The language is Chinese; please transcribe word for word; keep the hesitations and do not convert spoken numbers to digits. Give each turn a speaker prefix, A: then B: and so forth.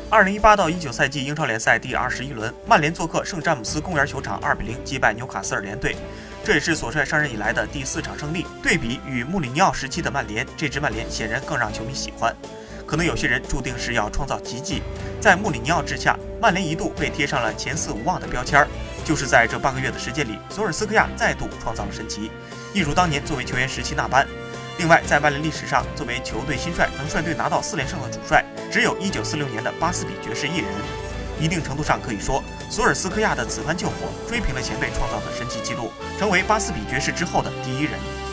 A: 二零一八到一九赛季英超联赛第二十一轮，曼联做客圣詹姆斯公园球场二比零击败纽卡斯尔联队，这也是索帅上任以来的第四场胜利。对比与穆里尼奥时期的曼联，这支曼联显然更让球迷喜欢。可能有些人注定是要创造奇迹，在穆里尼奥治下，曼联一度被贴上了前四无望的标签。就是在这半个月的时间里，索尔斯克亚再度创造了神奇，一如当年作为球员时期那般。另外，在曼联历史上，作为球队新帅能率队拿到四连胜的主帅，只有一九四六年的巴斯比爵士一人。一定程度上可以说，索尔斯克亚的此番救火，追平了前辈创造的神奇纪录，成为巴斯比爵士之后的第一人。